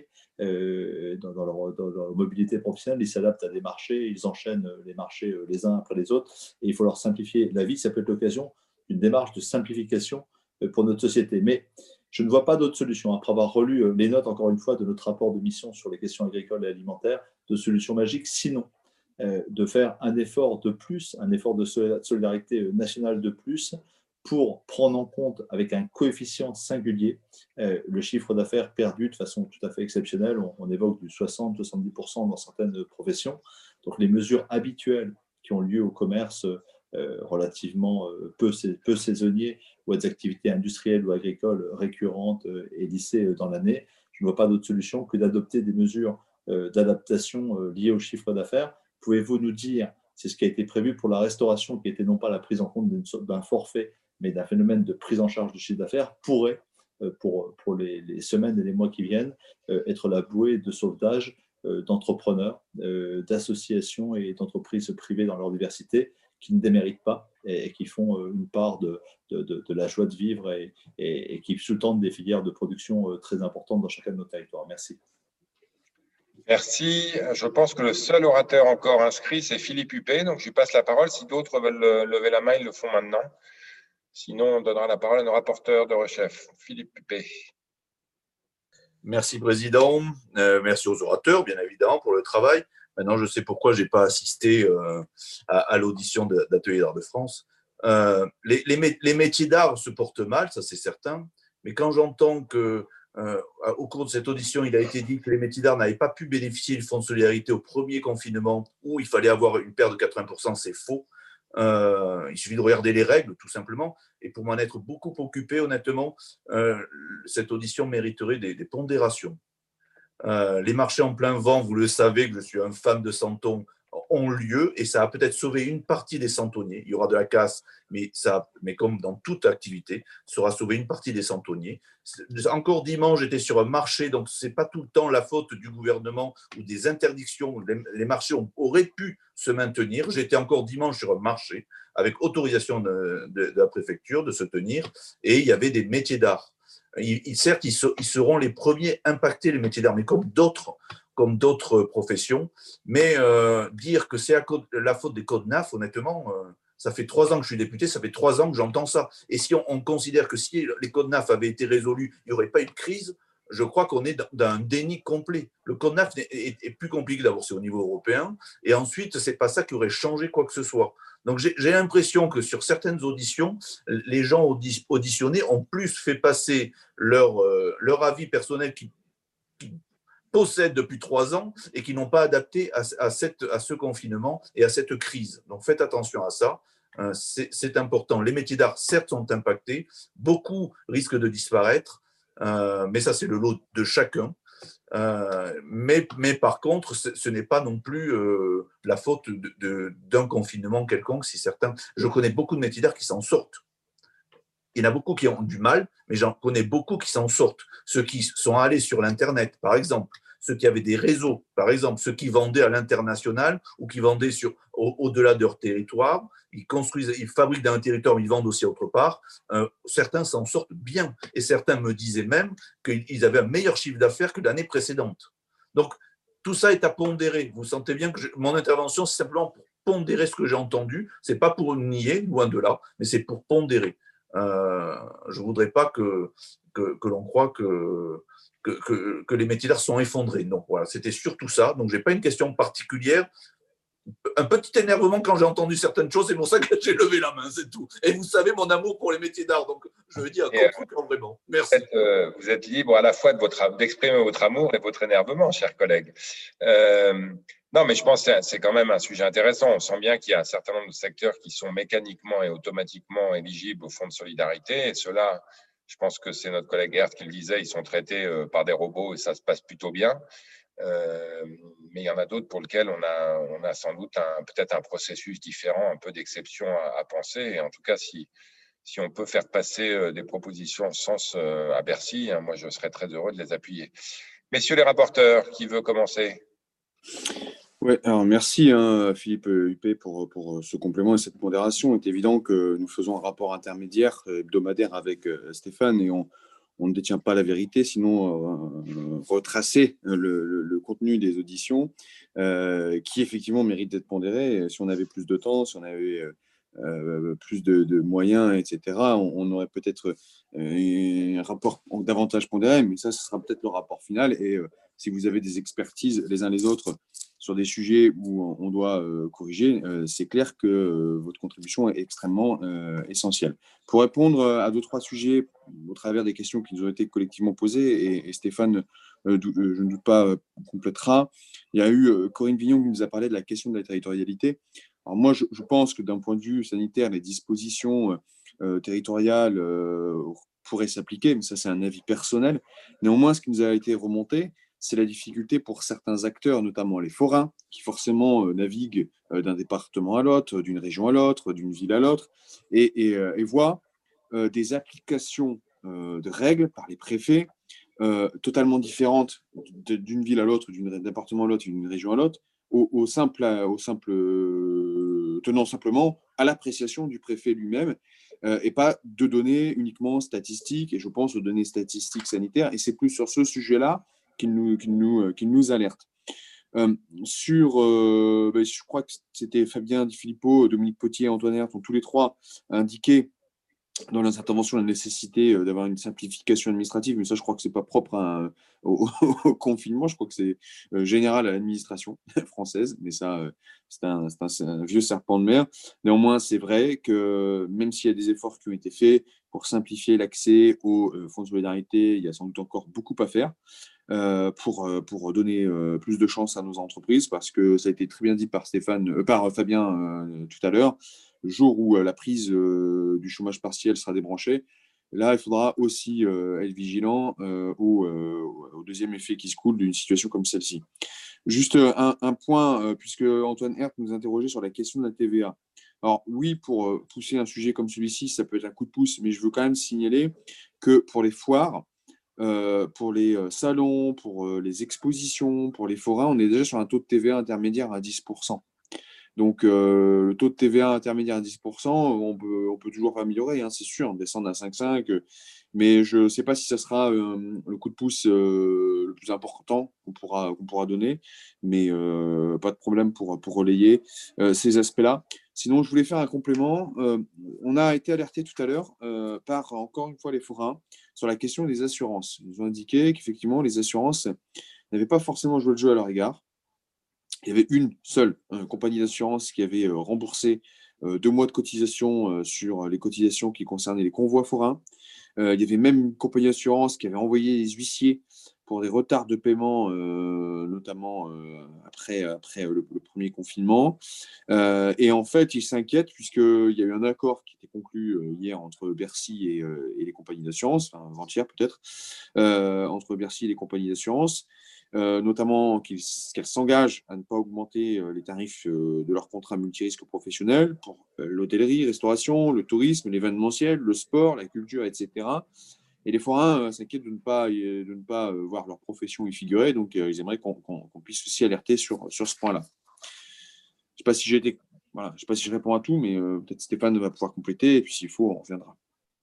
euh, dans, dans, leur, dans leur mobilité professionnelle. Ils s'adaptent à des marchés, ils enchaînent les marchés euh, les uns après les autres et il faut leur simplifier la vie. Ça peut être l'occasion d'une démarche de simplification pour notre société. Mais je ne vois pas d'autre solution, après avoir relu les notes, encore une fois, de notre rapport de mission sur les questions agricoles et alimentaires, de solution magique, sinon euh, de faire un effort de plus, un effort de solidarité nationale de plus, pour prendre en compte avec un coefficient singulier euh, le chiffre d'affaires perdu de façon tout à fait exceptionnelle. On, on évoque du soixante à soixante-dix pour cent dans certaines professions. Donc les mesures habituelles qui ont lieu au commerce euh, relativement euh, peu, peu saisonniers ou à des activités industrielles ou agricoles récurrentes euh, et lissées dans l'année, je ne vois pas d'autre solution que d'adopter des mesures euh, d'adaptation euh, liées au chiffre d'affaires. Pouvez-vous nous dire, c'est ce qui a été prévu pour la restauration, qui était non pas la prise en compte d'un forfait, mais d'un phénomène de prise en charge du chiffre d'affaires, pourrait, euh, pour, pour les, les semaines et les mois qui viennent, euh, être la bouée de sauvetage euh, d'entrepreneurs, euh, d'associations et d'entreprises privées dans leur diversité, qui ne déméritent pas et, et qui font euh, une part de, de, de, de la joie de vivre et, et, et qui sous-tendent des filières de production euh, très importantes dans chacun de nos territoires. Merci. Merci. Je pense que le seul orateur encore inscrit, c'est Philippe Huppé. Donc, je lui passe la parole. Si d'autres veulent lever la main, ils le font maintenant. Sinon, on donnera la parole à nos rapporteurs de Rechef. Philippe Huppé. Merci, Président. Euh, merci aux orateurs, bien évidemment, pour le travail. Maintenant, je sais pourquoi je n'ai pas assisté euh, à, à l'audition d'Atelier d'Art de France. Euh, les, les, les métiers d'art se portent mal, ça c'est certain. Mais quand j'entends que Euh, au cours de cette audition, il a été dit que les métiers d'art n'avaient pas pu bénéficier du fonds de solidarité au premier confinement où il fallait avoir une perte de quatre-vingts pour cent, c'est faux. Euh, il suffit de regarder les règles, tout simplement. Et pour m'en être beaucoup occupé, honnêtement, euh, cette audition mériterait des, des pondérations. Euh, les marchés en plein vent, vous le savez que je suis un fan de Santon, ont lieu et ça a peut-être sauvé une partie des santonniers. Il y aura de la casse, mais, ça, mais comme dans toute activité, ça aura sauvé une partie des santonniers. Encore dimanche, j'étais sur un marché, donc ce n'est pas tout le temps la faute du gouvernement ou des interdictions. Les, les marchés ont, auraient pu se maintenir. J'étais encore dimanche sur un marché avec autorisation de, de, de la préfecture de se tenir et il y avait des métiers d'art. Ils, ils, certes, ils, se, ils seront les premiers impactés, les métiers d'art, mais comme d'autres comme d'autres professions, mais euh, dire que c'est la faute des codes N A F, honnêtement, euh, ça fait trois ans que je suis député, ça fait trois ans que j'entends ça. Et si on, on considère que si les codes N A F avaient été résolus, il n'y aurait pas eu de crise, je crois qu'on est dans un déni complet. Le code N A F est, est, est plus compliqué, d'abord c'est au niveau européen, et ensuite, ce n'est pas ça qui aurait changé quoi que ce soit. Donc j'ai l'impression que sur certaines auditions, les gens audi auditionnés ont plus fait passer leur, euh, leur avis personnel qui, qui possèdent depuis trois ans et qui n'ont pas adapté à, à, cette, à ce confinement et à cette crise. Donc faites attention à ça, euh, c'est important. Les métiers d'art, certes, sont impactés, beaucoup risquent de disparaître, euh, mais ça, c'est le lot de chacun. Euh, mais, mais par contre, ce n'est pas non plus euh, la faute d'un de, de, confinement quelconque. Si certains, je connais beaucoup de métiers d'art qui s'en sortent. Il y en a beaucoup qui ont du mal, mais j'en connais beaucoup qui s'en sortent. Ceux qui sont allés sur l'Internet, par exemple, ceux qui avaient des réseaux, par exemple, ceux qui vendaient à l'international ou qui vendaient sur, au-delà de leur territoire, ils construisent, ils fabriquent dans un territoire, mais ils vendent aussi autre part. Euh, certains s'en sortent bien. Et certains me disaient même qu'ils avaient un meilleur chiffre d'affaires que l'année précédente. Donc, tout ça est à pondérer. Vous sentez bien que je, mon intervention, c'est simplement pour pondérer ce que j'ai entendu. Ce n'est pas pour nier, loin de là, mais c'est pour pondérer. Euh, je ne voudrais pas que, que, que l'on croie que, que, que, que les métiers d'art sont effondrés. Non, voilà, c'était surtout ça. Donc, je n'ai pas une question particulière. Un petit énervement quand j'ai entendu certaines choses, c'est pour ça que j'ai levé la main, c'est tout. Et vous savez mon amour pour les métiers d'art, donc je veux dire, contre-cœur vraiment. Merci. Vous êtes, euh, vous êtes libre à la fois d'exprimer votre amour et votre énervement, chers collègues. Euh, non, mais je pense que c'est quand même un sujet intéressant. On sent bien qu'il y a un certain nombre de secteurs qui sont mécaniquement et automatiquement éligibles au fonds de solidarité. Et ceux-là, je pense que c'est notre collègue Herth qui le disait, ils sont traités euh, par des robots et ça se passe plutôt bien. Euh, mais il y en a d'autres pour lesquels on a, on a sans doute peut-être un processus différent, un peu d'exception à, à penser. Et en tout cas, si, si on peut faire passer des propositions en ce sens à Bercy, hein, moi je serais très heureux de les appuyer. Messieurs les rapporteurs, qui veut commencer? Oui, alors merci hein, Philippe Huppé pour, pour ce complément et cette modération. Il est évident que nous faisons un rapport intermédiaire hebdomadaire avec Stéphane et on On ne détient pas la vérité, sinon euh, retracer le, le, le contenu des auditions, euh, qui effectivement mérite d'être pondéré. Si on avait plus de temps, si on avait euh, plus de, de moyens, et cetera, on, on aurait peut-être euh, un rapport davantage pondéré, mais ça, ce sera peut-être le rapport final. Et euh, si vous avez des expertises les uns les autres sur des sujets où on doit euh, corriger, euh, c'est clair que euh, votre contribution est extrêmement euh, essentielle. Pour répondre à deux, trois sujets au travers des questions qui nous ont été collectivement posées, et, et Stéphane, euh, je ne doute pas, euh, complétera, il y a eu euh, Corinne Vignon qui nous a parlé de la question de la territorialité. Alors moi, je, je pense que d'un point de vue sanitaire, les dispositions euh, territoriales euh, pourraient s'appliquer, mais ça, c'est un avis personnel. Néanmoins, ce qui nous a été remonté, c'est la difficulté pour certains acteurs, notamment les forains, qui forcément euh, naviguent euh, d'un département à l'autre, d'une région à l'autre, d'une ville à l'autre, et, et, euh, et voient euh, des applications euh, de règles par les préfets euh, totalement différentes d'une ville à l'autre, d'un département à l'autre, d'une région à l'autre, au, au simple, au simple euh, tenant simplement à l'appréciation du préfet lui-même, euh, et pas de données uniquement statistiques, et je pense aux données statistiques sanitaires, et c'est plus sur ce sujet-là qu'il nous, qu'il nous, qu'il nous alerte. Euh, sur, euh, ben, je crois que c'était Fabien Di Filippo, Dominique Potier, Antoine Herth, ont tous les trois indiqué dans leurs interventions la nécessité d'avoir une simplification administrative, mais ça, je crois que ce n'est pas propre à un, au, au confinement, je crois que c'est euh, général à l'administration française, mais ça, euh, c'est un, un, un vieux serpent de mer. Néanmoins, c'est vrai que même s'il y a des efforts qui ont été faits pour simplifier l'accès aux euh, fonds de solidarité, il y a sans doute encore beaucoup à faire. Euh, pour, pour donner euh, plus de chance à nos entreprises, parce que ça a été très bien dit par Stéphane, euh, par Fabien euh, tout à l'heure, le jour où euh, la prise euh, du chômage partiel sera débranchée, là, il faudra aussi euh, être vigilant euh, au, euh, au deuxième effet qui se coule d'une situation comme celle-ci. Juste un, un point, euh, puisque Antoine Herth nous interrogeait sur la question de la T V A. Alors oui, pour euh, pousser un sujet comme celui-ci, ça peut être un coup de pouce, mais je veux quand même signaler que pour les foires, Euh, pour les euh, salons, pour euh, les expositions, pour les forains, on est déjà sur un taux de T V A intermédiaire à dix pour cent. Donc, euh, le taux de T V A intermédiaire à dix pour cent, on peut, on peut toujours améliorer, hein, c'est sûr, descendre à cinq virgule cinq. Euh, mais je ne sais pas si ça sera euh, le coup de pouce euh, le plus important qu'on pourra, qu'on pourra donner. Mais euh, pas de problème pour, pour relayer euh, ces aspects-là. Sinon, je voulais faire un complément. Euh, on a été alerté tout à l'heure euh, par, encore une fois, les forains sur la question des assurances. Ils nous ont indiqué qu'effectivement, les assurances n'avaient pas forcément joué le jeu à leur égard. Il y avait une seule euh, compagnie d'assurance qui avait euh, remboursé euh, deux mois de cotisation euh, sur les cotisations qui concernaient les convois forains. Euh, il y avait même une compagnie d'assurance qui avait envoyé les huissiers pour des retards de paiement, euh, notamment euh, après, après le, le premier confinement. Euh, et en fait, ils s'inquiètent puisqu'il y a eu un accord qui était conclu euh, hier entre Bercy et, euh, et les compagnies d'assurance, enfin avant-hier peut-être, euh, entre Bercy et les compagnies d'assurance. Euh, notamment qu'elles s'engagent à ne pas augmenter euh, les tarifs euh, de leurs contrats multirisques professionnels pour euh, l'hôtellerie, restauration, le tourisme, l'événementiel, le sport, la culture, et cetera. Et les forains euh, s'inquiètent de ne pas, de ne pas euh, voir leur profession y figurer, donc euh, ils aimeraient qu'on qu'on, qu'on puisse aussi alerter sur, sur ce point-là. Je ne sais pas si j'ai été, voilà, je sais pas si je réponds à tout, mais euh, peut-être Stéphane va pouvoir compléter, et puis s'il faut, on reviendra.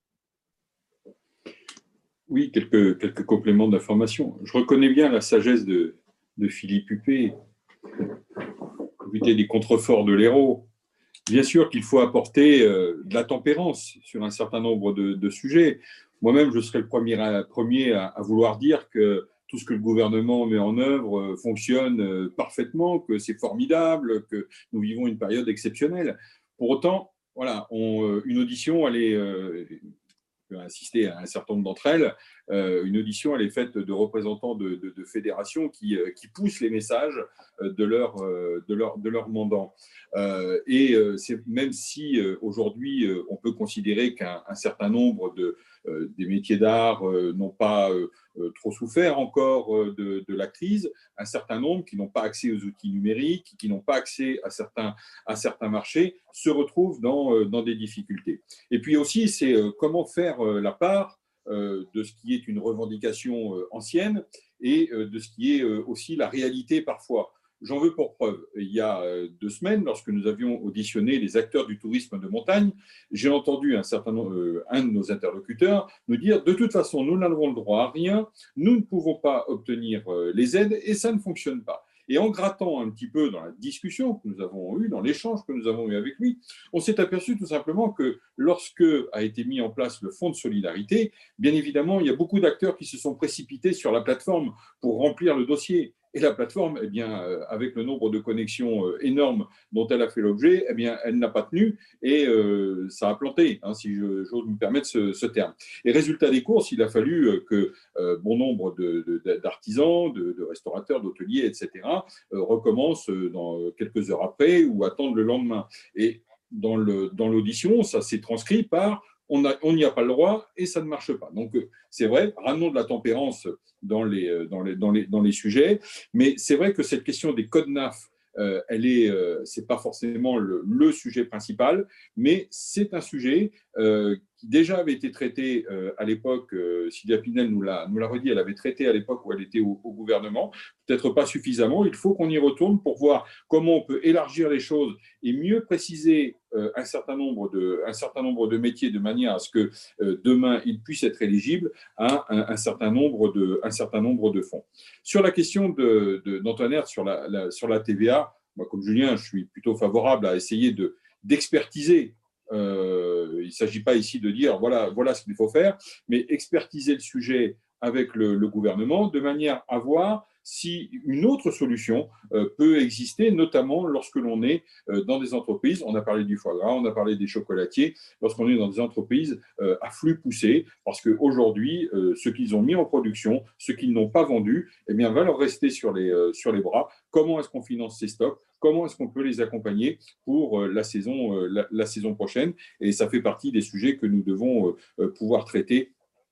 Oui, quelques, quelques compléments d'information. Je reconnais bien la sagesse de, de Philippe Huppé, éviter des contreforts de l'Hérault. Bien sûr qu'il faut apporter euh, de la tempérance sur un certain nombre de, de sujets. Moi-même, je serais le premier à, premier à, à vouloir dire que tout ce que le gouvernement met en œuvre euh, fonctionne euh, parfaitement, que c'est formidable, que nous vivons une période exceptionnelle. Pour autant, voilà, on, euh, une audition, elle est... Euh, insister à un certain nombre d'entre elles, euh, une audition, elle est faite de représentants de, de, de fédérations qui, euh, qui poussent les messages de leur, euh, de leur, de leur mandant. Euh, et euh, c'est, même si euh, aujourd'hui, euh, on peut considérer qu'un un certain nombre de, euh, des métiers d'art euh, n'ont pas euh, trop souffert encore euh, de, de la crise, un certain nombre qui n'ont pas accès aux outils numériques, qui n'ont pas accès à certains, à certains marchés, se retrouvent dans, euh, dans des difficultés. Et puis aussi, c'est euh, comment faire euh, la part euh, de ce qui est une revendication euh, ancienne et euh, de ce qui est euh, aussi la réalité parfois. J'en veux pour preuve. Il y a euh, deux semaines, lorsque nous avions auditionné les acteurs du tourisme de montagne, j'ai entendu un certain nombre, euh, un de nos interlocuteurs nous dire « de toute façon, nous n'avons le droit à rien, nous ne pouvons pas obtenir euh, les aides et ça ne fonctionne pas ». Et en grattant un petit peu dans la discussion que nous avons eue, dans l'échange que nous avons eu avec lui, on s'est aperçu tout simplement que lorsque a été mis en place le fonds de solidarité, bien évidemment, il y a beaucoup d'acteurs qui se sont précipités sur la plateforme pour remplir le dossier. Et la plateforme, eh bien, avec le nombre de connexions énormes dont elle a fait l'objet, eh bien, elle n'a pas tenu et euh, ça a planté, hein, si j'ose me permettre ce, ce terme. Et résultat des courses, il a fallu que euh, bon nombre de, de, d'artisans, de, de restaurateurs, d'hôteliers, et cetera, euh, recommencent dans quelques heures après ou attendent le lendemain. Et dans le, dans l'audition, ça s'est transcrit par on n'y a, a pas le droit et ça ne marche pas. Donc, c'est vrai, ramenons de la tempérance dans les, dans les, dans les, dans les sujets, mais c'est vrai que cette question des codes N A F, euh, elle est, euh, c'est pas forcément le, le sujet principal, mais c'est un sujet euh, qui déjà avait été traité euh, à l'époque, euh, Sylvia Pinel nous l'a, nous l'a redit, elle avait traité à l'époque où elle était au, au gouvernement, peut-être pas suffisamment, il faut qu'on y retourne pour voir comment on peut élargir les choses et mieux préciser euh, un, certain nombre de, un certain nombre de métiers de manière à ce que euh, demain, ils puissent être éligibles à un, un, certain, nombre de, un certain nombre de fonds. Sur la question de, de, d'Antoine Herth sur la, la, sur la T V A, moi, comme Julien, je suis plutôt favorable à essayer de, d'expertiser. Euh, il ne s'agit pas ici de dire voilà, voilà ce qu'il faut faire, mais expertiser le sujet avec le, le gouvernement de manière à voir si une autre solution euh, peut exister, notamment lorsque l'on est euh, dans des entreprises, on a parlé du foie gras, on a parlé des chocolatiers, lorsqu'on est dans des entreprises euh, à flux poussé, parce qu'aujourd'hui, euh, ce qu'ils ont mis en production, ce qu'ils n'ont pas vendu, eh bien, va leur rester sur les, euh, sur les bras. Comment est-ce qu'on finance ces stocks ? Comment est-ce qu'on peut les accompagner pour euh, la, saison, euh, la, la saison prochaine ? Et ça fait partie des sujets que nous devons euh, pouvoir traiter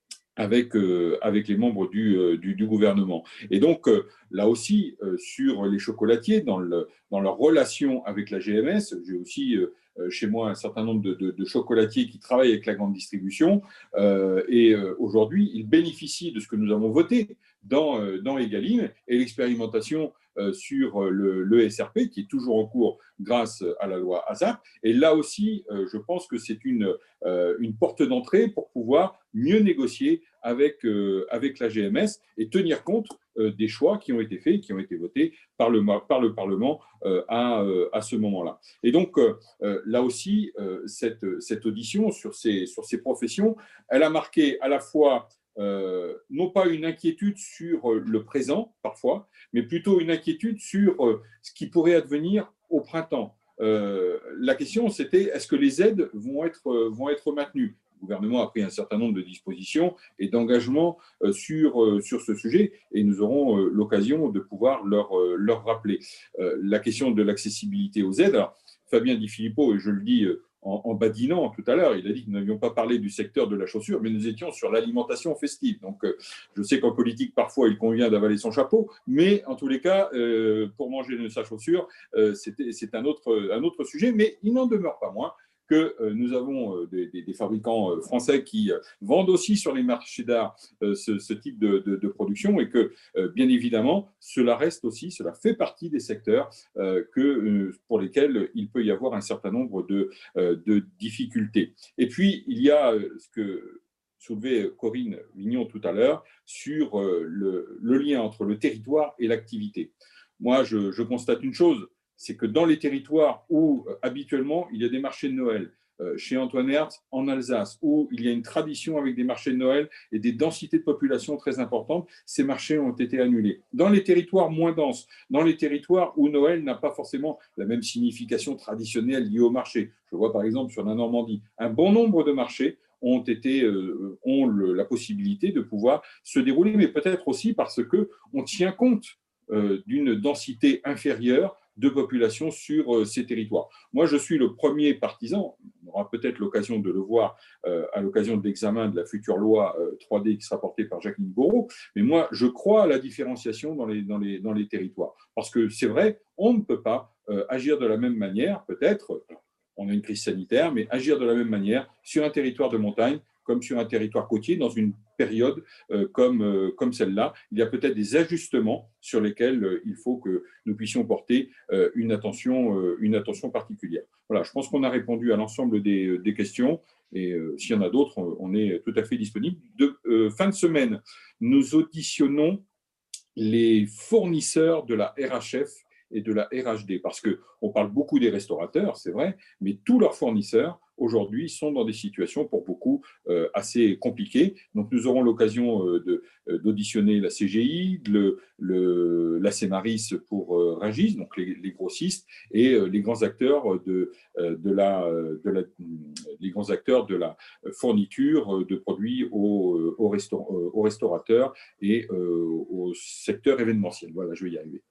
avec, euh, avec les membres du, euh, du, du gouvernement. Et donc, euh, là aussi, euh, sur les chocolatiers, dans, le, dans leur relation avec la G M S, j'ai aussi euh, chez moi un certain nombre de, de, de chocolatiers qui travaillent avec la grande distribution, euh, et euh, aujourd'hui, ils bénéficient de ce que nous avons voté dans, euh, dans Egalim et l'expérimentation euh, sur le, le S R P, qui est toujours en cours grâce à la loi ASAP. Et là aussi, euh, je pense que c'est une, euh, une porte d'entrée pour pouvoir mieux négocier avec, euh, avec la G M S et tenir compte euh, des choix qui ont été faits, qui ont été votés par le, par le Parlement euh, à, euh, à ce moment-là. Et donc, euh, là aussi, euh, cette, cette audition sur ces, sur ces professions, elle a marqué à la fois Euh, non pas une inquiétude sur le présent, parfois, mais plutôt une inquiétude sur ce qui pourrait advenir au printemps. Euh, la question, c'était est-ce que les aides vont être, vont être maintenues ? Le gouvernement a pris un certain nombre de dispositions et d'engagements sur, sur ce sujet, et nous aurons l'occasion de pouvoir leur, leur rappeler. Euh, la question de l'accessibilité aux aides, alors, Fabien Di Filippo, et je le dis en, en badinant tout à l'heure, il a dit que nous n'avions pas parlé du secteur de la chaussure, mais nous étions sur l'alimentation festive. Donc, euh, je sais qu'en politique, parfois, il convient d'avaler son chapeau, mais en tous les cas, euh, pour manger de sa chaussure, euh, c'est un autre, un autre sujet, mais il n'en demeure pas moins que euh, nous avons euh, des, des, des fabricants euh, français qui euh, vendent aussi sur les marchés d'art euh, ce, ce type de, de, de production, et que, euh, bien évidemment, cela reste aussi, cela fait partie des secteurs euh, que, euh, pour lesquels il peut y avoir un certain nombre de, euh, de difficultés. Et puis, il y a euh, ce que soulevait Corinne Vignon tout à l'heure sur euh, le, le lien entre le territoire et l'activité. Moi, je, je constate une chose, c'est que dans les territoires où euh, habituellement il y a des marchés de Noël, euh, chez Antoine Herth en Alsace, où il y a une tradition avec des marchés de Noël et des densités de population très importantes, ces marchés ont été annulés. Dans les territoires moins denses, dans les territoires où Noël n'a pas forcément la même signification traditionnelle liée au marché, je vois par exemple sur la Normandie, un bon nombre de marchés ont, été, euh, ont le, la possibilité de pouvoir se dérouler, mais peut-être aussi parce qu'on tient compte euh, d'une densité inférieure de population sur euh, ces territoires. Moi, je suis le premier partisan, on aura peut-être l'occasion de le voir euh, à l'occasion de l'examen de la future loi euh, trois D qui sera portée par Jacqueline Gouraud, mais moi, je crois à la différenciation dans les, dans les, dans les territoires. Parce que c'est vrai, on ne peut pas euh, agir de la même manière, peut-être, on a une crise sanitaire, mais agir de la même manière sur un territoire de montagne comme sur un territoire côtier, dans une période euh, comme, euh, comme celle-là. Il y a peut-être des ajustements sur lesquels euh, il faut que nous puissions porter euh, une, attention, euh, une attention particulière. Voilà, je pense qu'on a répondu à l'ensemble des, des questions, et euh, s'il y en a d'autres, on est tout à fait disponible. De, euh, fin de semaine, nous auditionnons les fournisseurs de la R H F et de la R H D. Parce qu'on parle beaucoup des restaurateurs, c'est vrai, mais tous leurs fournisseurs, aujourd'hui, sont dans des situations, pour beaucoup, euh, assez compliquées. Donc, nous aurons l'occasion euh, de, euh, d'auditionner la C G I, le, le, la Cemaris pour euh, Rungis, donc les, les grossistes, et euh, les grands acteurs de, euh, de la, de la, les grands acteurs de la fourniture de produits aux, aux, restaur, aux restaurateurs et euh, au secteur événementiel. Voilà, je vais y arriver.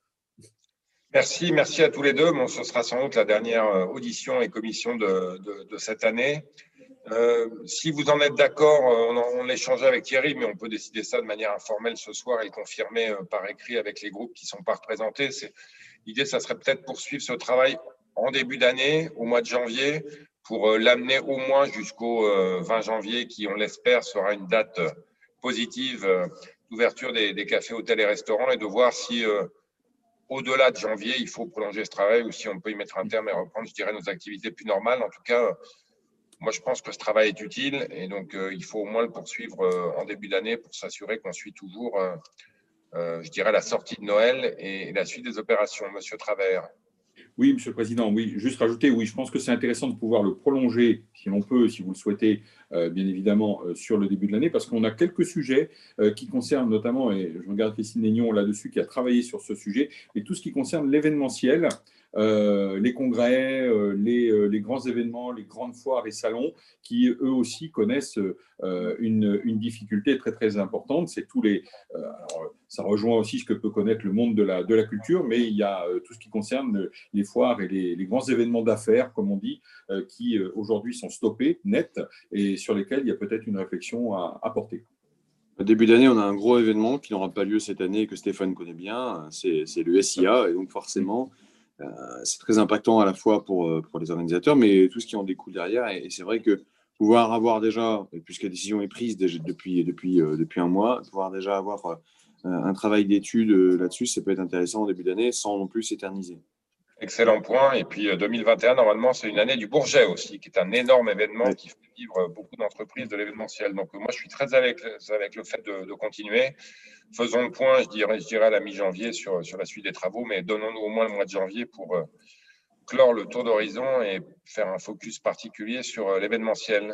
Merci, merci à tous les deux. Bon, ce sera sans doute la dernière audition et commission de, de, de cette année. Euh, si vous en êtes d'accord, on, on l'échangeait avec Thierry, mais on peut décider ça de manière informelle ce soir et le confirmer euh, par écrit avec les groupes qui ne sont pas représentés. L'idée, ça serait peut-être poursuivre ce travail en début d'année, au mois de janvier, pour euh, l'amener au moins jusqu'au euh, vingt janvier, qui, on l'espère, sera une date euh, positive euh, d'ouverture des, des cafés, hôtels et restaurants, et de voir si... Euh, au-delà de janvier, il faut prolonger ce travail ou si on peut y mettre un terme et reprendre, je dirais, nos activités plus normales. En tout cas, moi, je pense que ce travail est utile et donc euh, il faut au moins le poursuivre euh, en début d'année pour s'assurer qu'on suit toujours, euh, euh, je dirais, la sortie de Noël et la suite des opérations. Monsieur Travers. Oui, Monsieur le Président, oui, juste rajouter, oui, je pense que c'est intéressant de pouvoir le prolonger, si l'on peut, si vous le souhaitez, euh, bien évidemment, euh, sur le début de l'année, parce qu'on a quelques sujets euh, qui concernent notamment, et je regarde Christine Aignon là-dessus, qui a travaillé sur ce sujet, et tout ce qui concerne l'événementiel, euh, les congrès, euh, les, euh, les grands événements, les grandes foires et salons, qui eux aussi connaissent euh, une, une difficulté très très importante. C'est tous les, euh, alors, ça rejoint aussi ce que peut connaître le monde de la, de la culture, mais il y a euh, tout ce qui concerne les foires et les, les grands événements d'affaires, comme on dit, euh, qui euh, aujourd'hui sont stoppés, net, et sur lesquels il y a peut-être une réflexion à, à porter. Au début d'année, on a un gros événement qui n'aura pas lieu cette année, que Stéphane connaît bien, c'est le S I A, et donc forcément, euh, c'est très impactant à la fois pour, pour les organisateurs, mais tout ce qui en découle derrière, et, et c'est vrai que pouvoir avoir déjà, puisque la décision est prise déjà depuis, depuis, euh, depuis un mois, pouvoir déjà avoir euh, un travail d'étude euh, là-dessus, ça peut être intéressant en début d'année, sans non plus s'éterniser. Excellent point. Et puis deux mille vingt et un, normalement, c'est une année du Bourget aussi, qui est un énorme événement oui. qui fait vivre beaucoup d'entreprises de l'événementiel. Donc moi, je suis très avec, avec le fait de, de continuer. Faisons le point, je dirais, je dirais à la mi-janvier sur, sur la suite des travaux, mais donnons-nous au moins le mois de janvier pour euh, clore le tour d'horizon et faire un focus particulier sur euh, l'événementiel.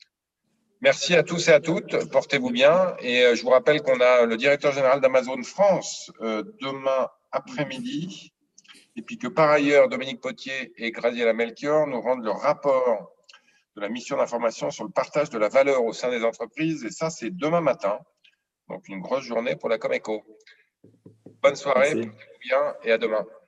Merci à tous et à toutes. Portez-vous bien. Et euh, je vous rappelle qu'on a le directeur général d'Amazon France euh, demain après-midi. Et puis que par ailleurs, Dominique Potier et Graziella Melchior nous rendent le rapport de la mission d'information sur le partage de la valeur au sein des entreprises. Et ça, c'est demain matin. Donc, une grosse journée pour la Comeco. Bonne soirée, portez-vous bien et à demain.